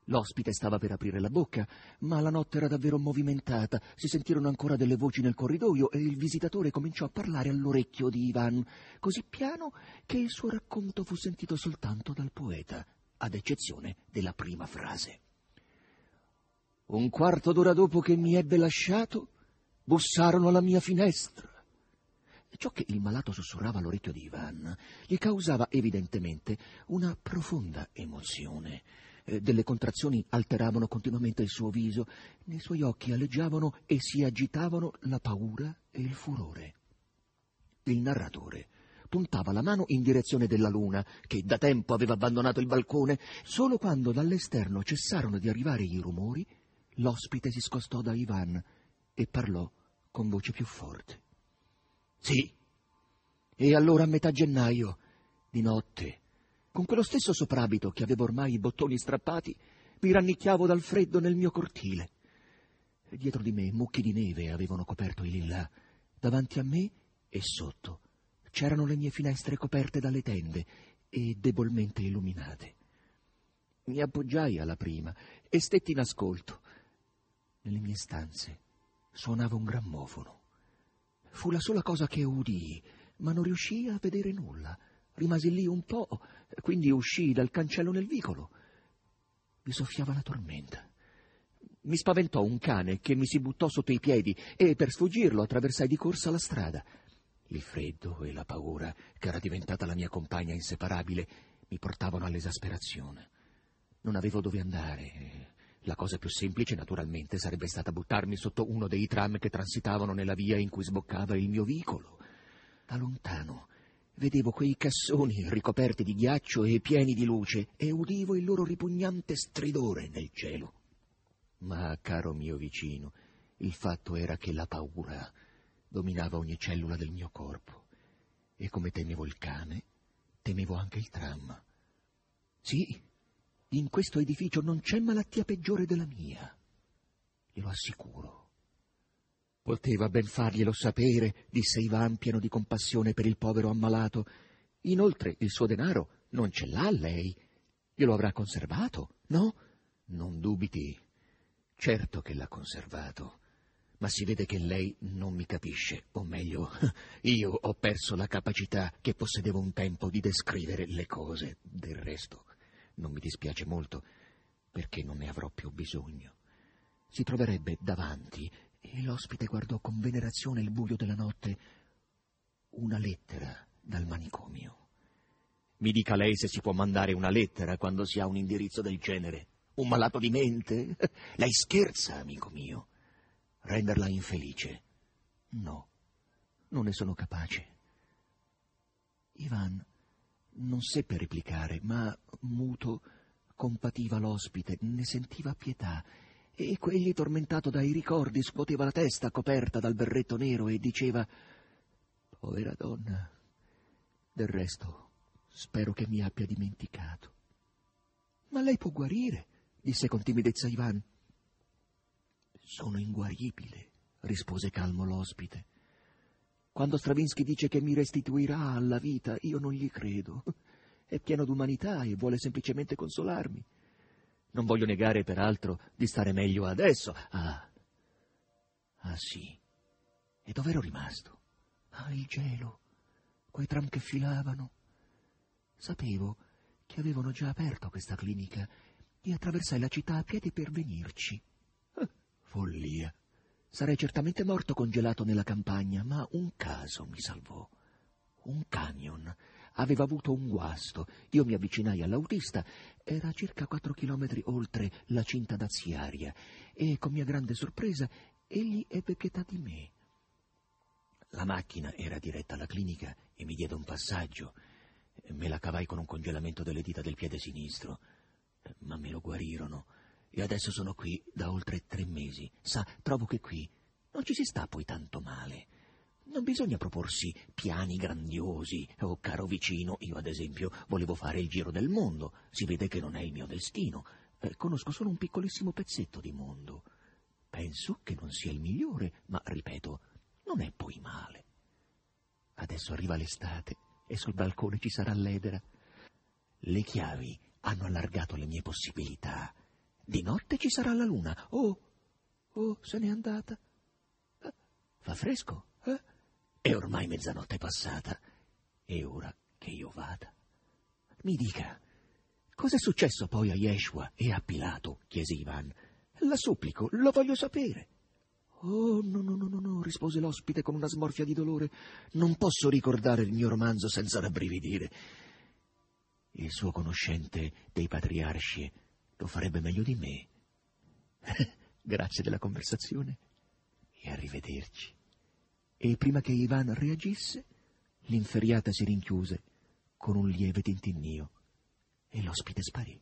L'ospite stava per aprire la bocca, ma la notte era davvero movimentata, si sentirono ancora delle voci nel corridoio e il visitatore cominciò a parlare all'orecchio di Ivan, così piano che il suo racconto fu sentito soltanto dal poeta, ad eccezione della prima frase. Un quarto d'ora dopo che mi ebbe lasciato, bussarono alla mia finestra. Ciò che il malato sussurrava all'orecchio di Ivan gli causava evidentemente una profonda emozione. Delle contrazioni alteravano continuamente il suo viso, nei suoi occhi aleggiavano e si agitavano la paura e il furore. Il narratore puntava la mano in direzione della luna, che da tempo aveva abbandonato il balcone. Solo quando dall'esterno cessarono di arrivare i rumori, l'ospite si scostò da Ivan e parlò con voce più forte. Sì, e allora a metà gennaio, di notte, con quello stesso soprabito che avevo ormai i bottoni strappati, mi rannicchiavo dal freddo nel mio cortile. Dietro di me mucchi di neve avevano coperto i lillà. Davanti a me e sotto c'erano le mie finestre coperte dalle tende e debolmente illuminate. Mi appoggiai alla prima e stetti in ascolto. Nelle mie stanze suonava un grammofono. Fu la sola cosa che udii, ma non riuscii a vedere nulla. Rimasi lì un po', quindi uscii dal cancello nel vicolo. Mi soffiava la tormenta. Mi spaventò un cane che mi si buttò sotto i piedi e per sfuggirlo attraversai di corsa la strada. Il freddo e la paura, che era diventata la mia compagna inseparabile, mi portavano all'esasperazione. Non avevo dove andare. La cosa più semplice, naturalmente, sarebbe stata buttarmi sotto uno dei tram che transitavano nella via in cui sboccava il mio vicolo. Da lontano vedevo quei cassoni ricoperti di ghiaccio e pieni di luce e udivo il loro ripugnante stridore nel cielo. Ma, caro mio vicino, il fatto era che la paura dominava ogni cellula del mio corpo e come temevo il cane, temevo anche il tram. Sì, in questo edificio non c'è malattia peggiore della mia, glielo assicuro. Poteva ben farglielo sapere, disse Ivan pieno di compassione per il povero ammalato. Inoltre il suo denaro non ce l'ha lei. Glielo avrà conservato, no? Non dubiti. Certo che l'ha conservato. Ma si vede che lei non mi capisce, o meglio, io ho perso la capacità che possedevo un tempo di descrivere le cose. Del resto, non mi dispiace molto, perché non ne avrò più bisogno. Si troverebbe davanti, e l'ospite guardò con venerazione il buio della notte, una lettera dal manicomio. Mi dica lei se si può mandare una lettera quando si ha un indirizzo del genere. Un malato di mente? Lei scherza, amico mio. Renderla infelice? No, non ne sono capace. Ivan non seppe replicare, ma muto compativa l'ospite, ne sentiva pietà, e quegli, tormentato dai ricordi, scuoteva la testa coperta dal berretto nero e diceva: povera donna, del resto spero che mi abbia dimenticato. Ma lei può guarire, disse con timidezza Ivan. Sono inguaribile, rispose calmo l'ospite. Quando Stravinsky dice che mi restituirà alla vita, io non gli credo. È pieno d'umanità e vuole semplicemente consolarmi. Non voglio negare, peraltro, di stare meglio adesso. Ah, sì. E dov'ero rimasto? Ah, il gelo, quei tram che filavano. Sapevo che avevano già aperto questa clinica e attraversai la città a piedi per venirci. Follia. Sarei certamente morto congelato nella campagna, ma un caso mi salvò. Un camion aveva avuto un guasto. Io mi avvicinai all'autista, era a circa 4 chilometri oltre la cinta daziaria, e con mia grande sorpresa egli ebbe pietà di me. La macchina era diretta alla clinica e mi diede un passaggio. Me la cavai con un congelamento delle dita del piede sinistro, ma me lo guarirono. E adesso sono qui da oltre 3 mesi. Sa, trovo che qui non ci si sta poi tanto male. Non bisogna proporsi piani grandiosi. Oh, caro vicino, io ad esempio volevo fare il giro del mondo. Si vede che non è il mio destino. Conosco solo un piccolissimo pezzetto di mondo. Penso che non sia il migliore, ma, ripeto, non è poi male. Adesso arriva l'estate e sul balcone ci sarà l'edera. Le chiavi hanno allargato le mie possibilità. Di notte ci sarà la luna. Oh, se n'è andata. Fa fresco, eh? È ormai mezzanotte passata. È ora che io vada. Mi dica, cos'è successo poi a Yeshua e a Pilato? Chiese Ivan. La supplico, lo voglio sapere. Oh, no, rispose l'ospite con una smorfia di dolore. Non posso ricordare il mio romanzo senza rabbrividire. Il suo conoscente dei patriarci lo farebbe meglio di me. Grazie della conversazione e arrivederci. E prima che Ivan reagisse, l'inferiata si rinchiuse con un lieve tintinnio e l'ospite sparì.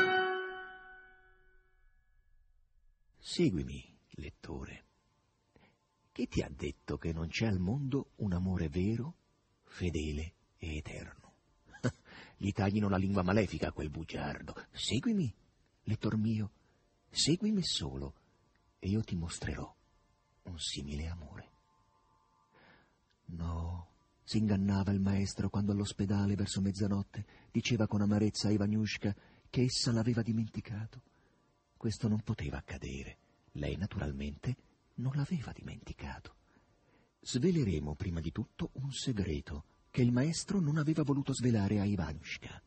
Seguimi, lettore. Chi ti ha detto che non c'è al mondo un amore vero, fedele e eterno? Gli taglino la lingua malefica a quel bugiardo. Seguimi, lettor mio, seguimi solo, e io ti mostrerò un simile amore. No, si ingannava il maestro quando all'ospedale, verso mezzanotte, diceva con amarezza a Ivaniushka che essa l'aveva dimenticato. Questo non poteva accadere. Lei, naturalmente, non l'aveva dimenticato. Sveleremo prima di tutto un segreto che il maestro non aveva voluto svelare a Ivaniushka.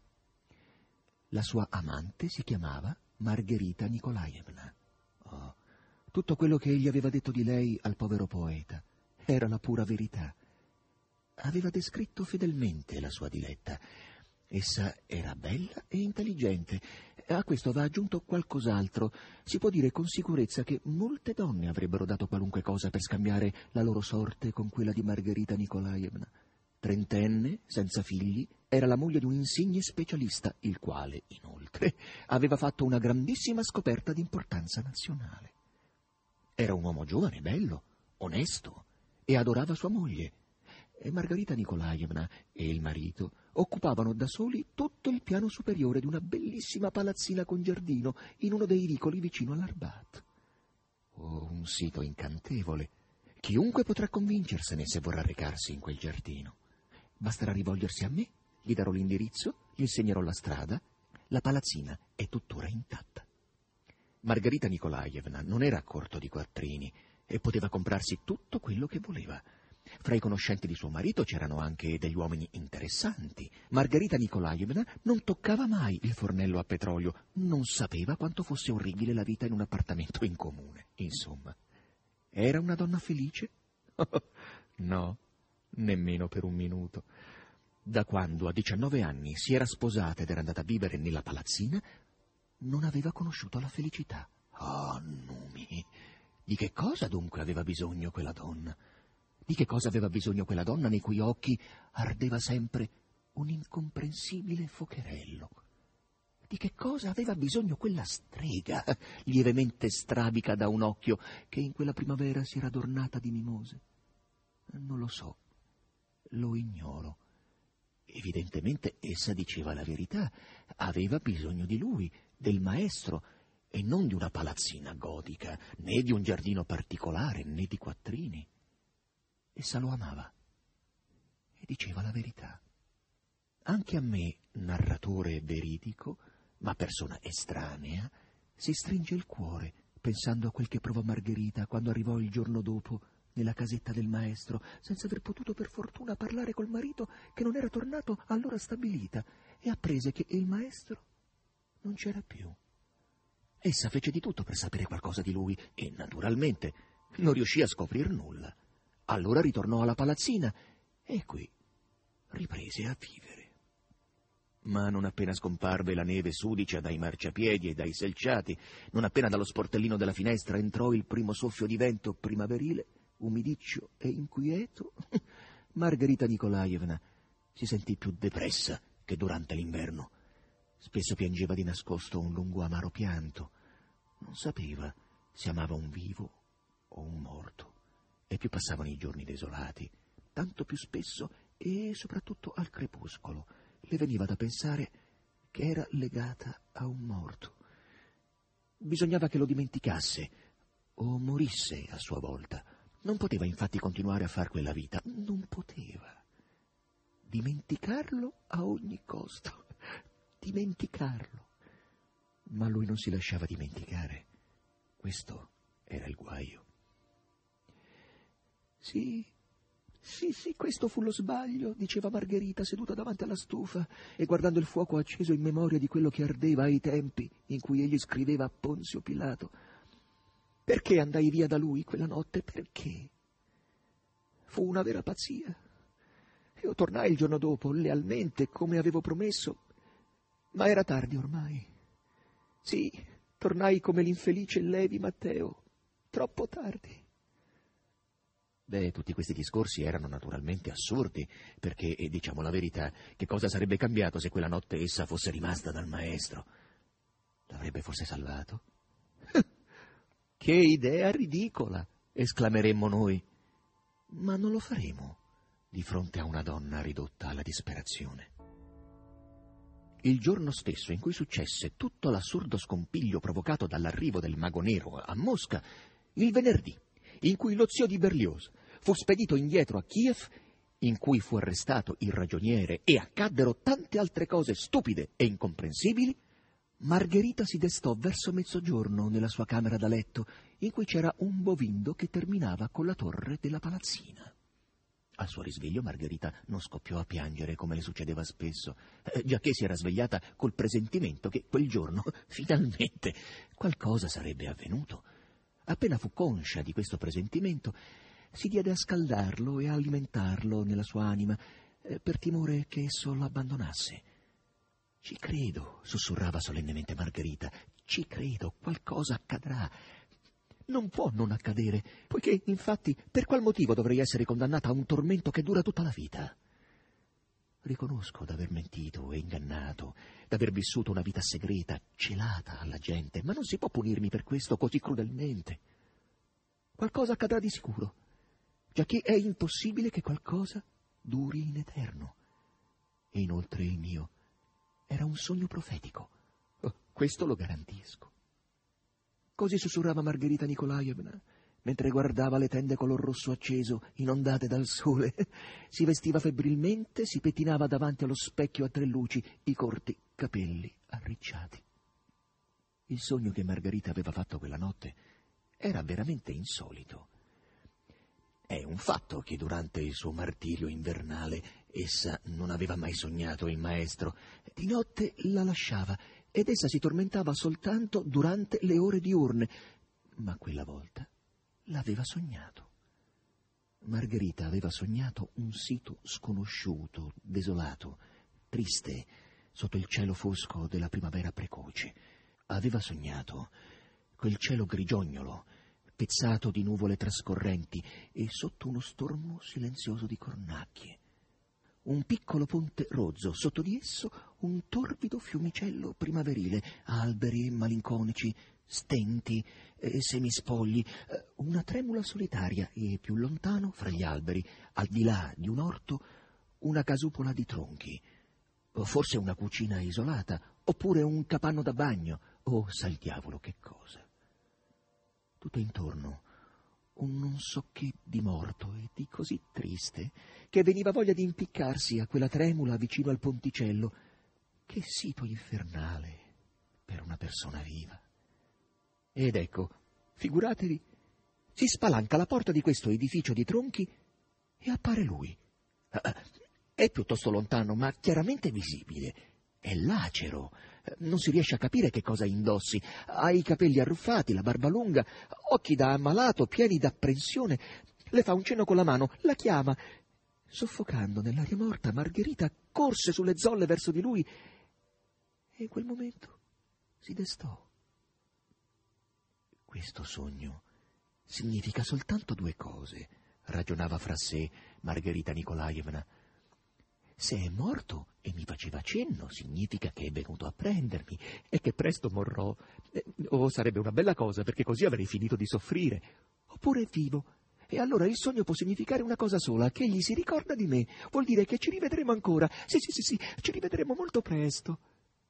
La sua amante si chiamava Margherita Nikolaevna. Oh, tutto quello che egli aveva detto di lei al povero poeta era la pura verità. Aveva descritto fedelmente la sua diletta. Essa era bella e intelligente. A questo va aggiunto qualcos'altro. Si può dire con sicurezza che molte donne avrebbero dato qualunque cosa per scambiare la loro sorte con quella di Margherita Nikolaevna. Trentenne, senza figli, era la moglie di un insigne specialista, il quale, inoltre, aveva fatto una grandissima scoperta di importanza nazionale. Era un uomo giovane, bello, onesto, e adorava sua moglie. E Margherita Nikolaevna e il marito occupavano da soli tutto il piano superiore di una bellissima palazzina con giardino in uno dei vicoli vicino all'Arbat. Oh, un sito incantevole. Chiunque potrà convincersene se vorrà recarsi in quel giardino. Basterà rivolgersi a me, gli darò l'indirizzo, gli insegnerò la strada. La palazzina è tuttora intatta. Margherita Nikolaevna non era a corto di quattrini e poteva comprarsi tutto quello che voleva. Fra i conoscenti di suo marito c'erano anche degli uomini interessanti. Margherita Nikolaevna non toccava mai il fornello a petrolio, non sapeva quanto fosse orribile la vita in un appartamento in comune. Insomma, era una donna felice? No, nemmeno per un minuto. Da quando a 19 anni si era sposata ed era andata a vivere nella palazzina, non aveva conosciuto la felicità. Oh, numi! Di che cosa dunque aveva bisogno quella donna? Di che cosa aveva bisogno quella donna nei cui occhi ardeva sempre un incomprensibile focherello? Di che cosa aveva bisogno quella strega, lievemente strabica da un occhio, che in quella primavera si era adornata di mimose? Non lo so, lo ignoro. Evidentemente essa diceva la verità, aveva bisogno di lui, del maestro, e non di una palazzina gotica, né di un giardino particolare, né di quattrini. Essa lo amava e diceva la verità. Anche a me, narratore veridico, ma persona estranea, si stringe il cuore pensando a quel che provò Margherita quando arrivò il giorno dopo nella casetta del maestro, senza aver potuto per fortuna parlare col marito che non era tornato all'ora stabilita, e apprese che il maestro non c'era più. Essa fece di tutto per sapere qualcosa di lui e, naturalmente, non riuscì a scoprir nulla. Allora ritornò alla palazzina e qui riprese a vivere. Ma non appena scomparve la neve sudicia dai marciapiedi e dai selciati, non appena dallo sportellino della finestra entrò il primo soffio di vento primaverile, umidiccio e inquieto, Margherita Nikolaevna si sentì più depressa che durante l'inverno. Spesso piangeva di nascosto un lungo amaro pianto. Non sapeva se amava un vivo o un morto. E più passavano i giorni desolati, tanto più spesso e soprattutto al crepuscolo le veniva da pensare che era legata a un morto. Bisognava che lo dimenticasse o morisse a sua volta. Non poteva infatti continuare a far quella vita. Non poteva. Dimenticarlo a ogni costo. Dimenticarlo. Ma lui non si lasciava dimenticare. Questo era il guaio. Sì, questo fu lo sbaglio, diceva Margherita, seduta davanti alla stufa e guardando il fuoco acceso in memoria di quello che ardeva ai tempi in cui egli scriveva a Ponzio Pilato. Perché andai via da lui quella notte? Perché? Fu una vera pazzia. Io tornai il giorno dopo, lealmente, come avevo promesso, ma era tardi ormai. Sì, tornai come l'infelice Levi Matteo, troppo tardi. Beh, tutti questi discorsi erano naturalmente assurdi, perché, diciamo la verità, che cosa sarebbe cambiato se quella notte essa fosse rimasta dal maestro? L'avrebbe forse salvato? Che idea ridicola, esclameremmo noi. Ma non lo faremo di fronte a una donna ridotta alla disperazione. Il giorno stesso in cui successe tutto l'assurdo scompiglio provocato dall'arrivo del mago nero a Mosca, il venerdì, in cui lo zio di Berlioz fu spedito indietro a Kiev, in cui fu arrestato il ragioniere e accaddero tante altre cose stupide e incomprensibili, Margherita si destò verso mezzogiorno nella sua camera da letto, in cui c'era un bovindo che terminava con la torre della palazzina. Al suo risveglio Margherita non scoppiò a piangere come le succedeva spesso, giacché si era svegliata col presentimento che quel giorno, finalmente, qualcosa sarebbe avvenuto. Appena fu conscia di questo presentimento, si diede a scaldarlo e a alimentarlo nella sua anima, per timore che esso l'abbandonasse. «Ci credo», sussurrava solennemente Margherita, «ci credo, qualcosa accadrà. Non può non accadere, poiché, infatti, per qual motivo dovrei essere condannata a un tormento che dura tutta la vita? Riconosco d'aver mentito e ingannato, d'aver vissuto una vita segreta, celata alla gente, ma non si può punirmi per questo così crudelmente. Qualcosa accadrà di sicuro, giacché è impossibile che qualcosa duri in eterno. E inoltre il mio era un sogno profetico. Oh, questo lo garantisco». Così sussurrava Margherita Nikolaevna, mentre guardava le tende color rosso acceso, inondate dal sole. Si vestiva febbrilmente, si pettinava davanti allo specchio a tre luci i corti capelli arricciati. Il sogno che Margherita aveva fatto quella notte era veramente insolito. È un fatto che durante il suo martirio invernale essa non aveva mai sognato il maestro. Di notte la lasciava ed essa si tormentava soltanto durante le ore diurne, ma quella volta l'aveva sognato. Margherita aveva sognato un sito sconosciuto, desolato, triste, sotto il cielo fosco della primavera precoce. Aveva sognato quel cielo grigiognolo, pezzato di nuvole trascorrenti e sotto uno stormo silenzioso di cornacchie. Un piccolo ponte rozzo, sotto di esso un torbido fiumicello primaverile, alberi malinconici, stenti, semispogli, una tremula solitaria e più lontano, fra gli alberi, al di là di un orto, una casupola di tronchi, forse una cucina isolata, oppure un capanno da bagno, o sa il diavolo che cosa. Tutto intorno un non so che di morto e di così triste che veniva voglia di impiccarsi a quella tremula vicino al ponticello. Che sito infernale per una persona viva. Ed ecco, figuratevi, si spalanca la porta di questo edificio di tronchi e appare lui. È piuttosto lontano, ma chiaramente visibile. È lacero, non si riesce a capire che cosa indossi. Ha i capelli arruffati, la barba lunga, occhi da ammalato, pieni d'apprensione. Le fa un cenno con la mano, la chiama. Soffocando nell'aria morta, Margherita corse sulle zolle verso di lui e in quel momento si destò. Questo sogno significa soltanto due cose, ragionava fra sé Margherita Nikolaevna. Se è morto e mi faceva cenno, significa che è venuto a prendermi e che presto morrò. Sarebbe una bella cosa, perché così avrei finito di soffrire. Oppure è vivo. E allora il sogno può significare una cosa sola, che egli si ricorda di me. Vuol dire che ci rivedremo ancora. Sì, ci rivedremo molto presto.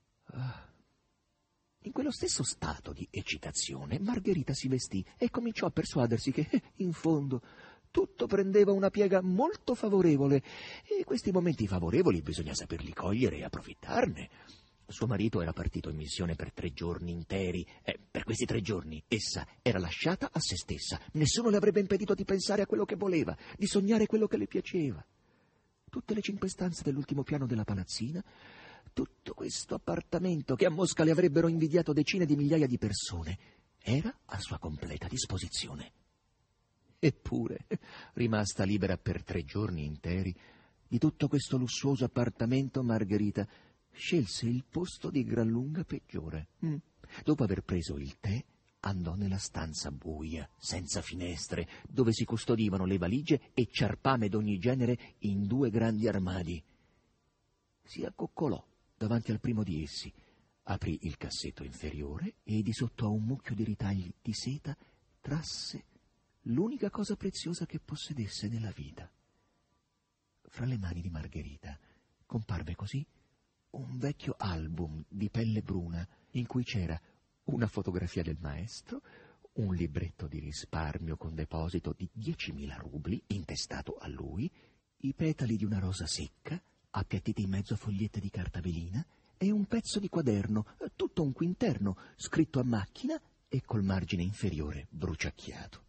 In quello stesso stato di eccitazione, Margherita si vestì e cominciò a persuadersi che, in fondo, tutto prendeva una piega molto favorevole, e questi momenti favorevoli bisogna saperli cogliere e approfittarne. Suo marito era partito in missione per 3 giorni interi e per questi 3 giorni essa era lasciata a se stessa. Nessuno le avrebbe impedito di pensare a quello che voleva, di sognare quello che le piaceva. Tutte le 5 stanze dell'ultimo piano della palazzina, tutto questo appartamento che a Mosca le avrebbero invidiato decine di migliaia di persone, era a sua completa disposizione. Eppure, rimasta libera per 3 giorni interi, di tutto questo lussuoso appartamento, Margherita scelse il posto di gran lunga peggiore. Dopo aver preso il tè, andò nella stanza buia, senza finestre, dove si custodivano le valigie e ciarpame d'ogni genere in 2 grandi armadi. Si accoccolò davanti al primo di essi, aprì il cassetto inferiore e di sotto a un mucchio di ritagli di seta trasse l'unica cosa preziosa che possedesse nella vita. Fra le mani di Margherita comparve così un vecchio album di pelle bruna in cui c'era una fotografia del maestro, un libretto di risparmio con deposito di 10.000 rubli intestato a lui, i petali di una rosa secca appiattiti in mezzo a fogliette di carta velina e un pezzo di quaderno, tutto un quinterno, scritto a macchina e col margine inferiore bruciacchiato.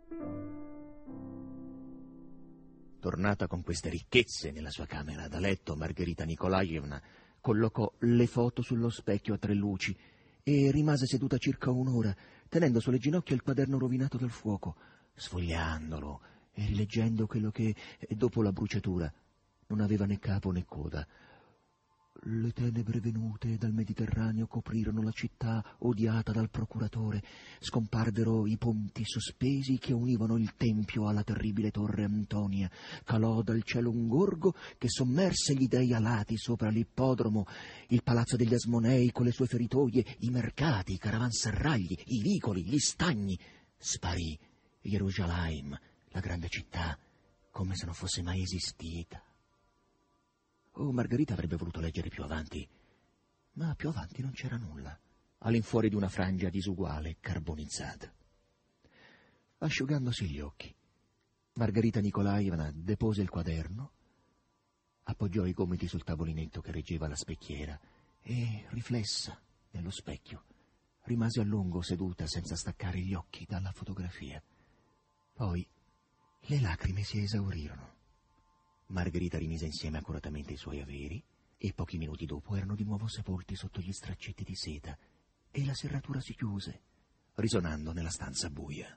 Tornata con queste ricchezze nella sua camera da letto, Margherita Nikolaevna collocò le foto sullo specchio a 3 luci e rimase seduta circa 1 ora, tenendo sulle ginocchia il quaderno rovinato dal fuoco, sfogliandolo e rileggendo quello che, dopo la bruciatura, non aveva né capo né coda. Le tenebre venute dal Mediterraneo coprirono la città odiata dal procuratore, scomparvero i ponti sospesi che univano il tempio alla terribile torre Antonia, calò dal cielo un gorgo che sommerse gli dei alati sopra l'ippodromo, il palazzo degli Asmonei con le sue feritoie, i mercati, i caravanserragli, i vicoli, gli stagni. Sparì Gerusalemme, la grande città, come se non fosse mai esistita. Oh, Margherita avrebbe voluto leggere più avanti, ma più avanti non c'era nulla, all'infuori di una frangia disuguale, carbonizzata. Asciugandosi gli occhi, Margherita Nikolaevna depose il quaderno, appoggiò i gomiti sul tavolinetto che reggeva la specchiera e, riflessa nello specchio, rimase a lungo seduta senza staccare gli occhi dalla fotografia. Poi le lacrime si esaurirono. Margherita rimise insieme accuratamente i suoi averi e pochi minuti dopo erano di nuovo sepolti sotto gli straccetti di seta e la serratura si chiuse, risonando nella stanza buia.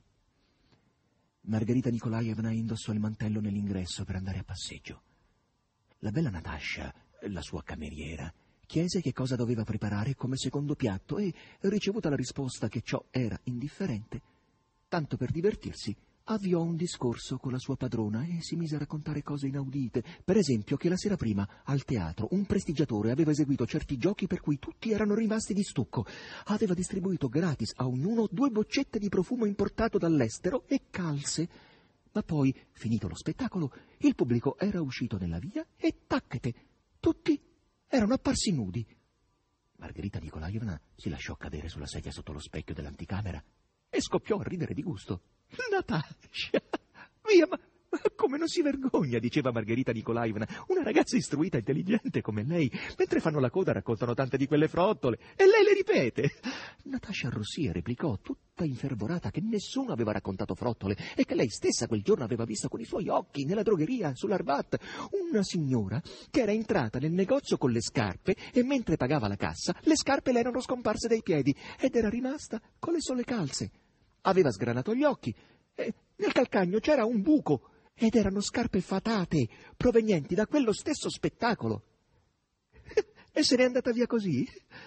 Margherita Nikolaevna indossò il mantello nell'ingresso per andare a passeggio. La bella Natascia, la sua cameriera, chiese che cosa doveva preparare come secondo piatto e, ricevuta la risposta che ciò era indifferente, tanto per divertirsi, avviò un discorso con la sua padrona e si mise a raccontare cose inaudite. Per esempio che la sera prima, al teatro, un prestigiatore aveva eseguito certi giochi per cui tutti erano rimasti di stucco. Aveva distribuito gratis a ognuno 2 boccette di profumo importato dall'estero e calze. Ma poi, finito lo spettacolo, il pubblico era uscito nella via e tacchete, tutti erano apparsi nudi. Margherita Nikolaevna si lasciò cadere sulla sedia sotto lo specchio dell'anticamera e scoppiò a ridere di gusto. Natascia, via, ma come non si vergogna, diceva Margherita Nikolaevna, una ragazza istruita e intelligente come lei, mentre fanno la coda raccontano tante di quelle frottole, e lei le ripete. Natascia arrossì e replicò, tutta infervorata, che nessuno aveva raccontato frottole e che lei stessa quel giorno aveva visto con i suoi occhi, nella drogheria, sull'Arbat, una signora che era entrata nel negozio con le scarpe e mentre pagava la cassa, le scarpe le erano scomparse dai piedi ed era rimasta con le sole calze. Aveva sgranato gli occhi e nel calcagno c'era un buco ed erano scarpe fatate provenienti da quello stesso spettacolo. E se n'è andata via così?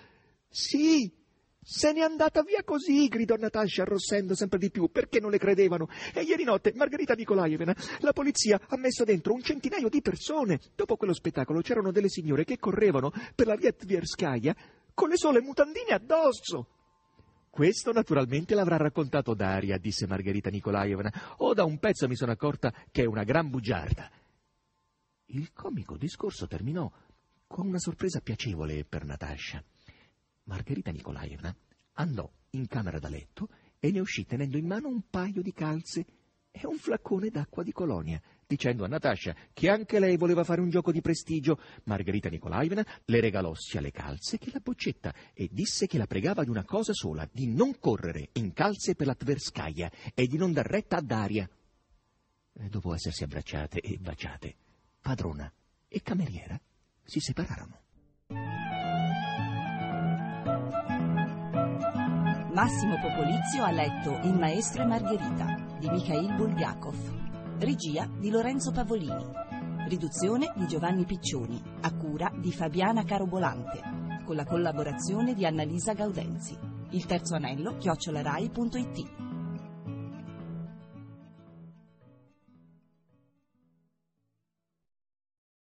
Sì, se n'è andata via così, gridò Natascia arrossendo sempre di più perché non le credevano. E ieri notte, Margherita Nikolaevna, la polizia ha messo dentro un centinaio di persone. Dopo quello spettacolo c'erano delle signore che correvano per la via Tverskaya con le sole mutandine addosso. Questo naturalmente l'avrà raccontato Daria, disse Margherita Nikolaevna. O da un pezzo mi sono accorta che è una gran bugiarda. Il comico discorso terminò con una sorpresa piacevole per Natascia. Margherita Nikolaevna andò in camera da letto e ne uscì tenendo in mano un paio di calze e un flaccone d'acqua di colonia dicendo a Natascia che anche lei voleva fare un gioco di prestigio. Margherita Nikolaevna le regalò sia le calze che la boccetta e disse che la pregava di una cosa sola, di non correre in calze per la Tverskaya e di non dar retta a Daria. E dopo essersi abbracciate e baciate, padrona e cameriera si separarono. Massimo Popolizio ha letto Il maestro e Margherita di Mikhail Bulgakov, regia di Lorenzo Pavolini, riduzione di Giovanni Piccioni, a cura di Fabiana Carobolante, con la collaborazione di Annalisa Gaudenzi. Il terzo anello @rai.it.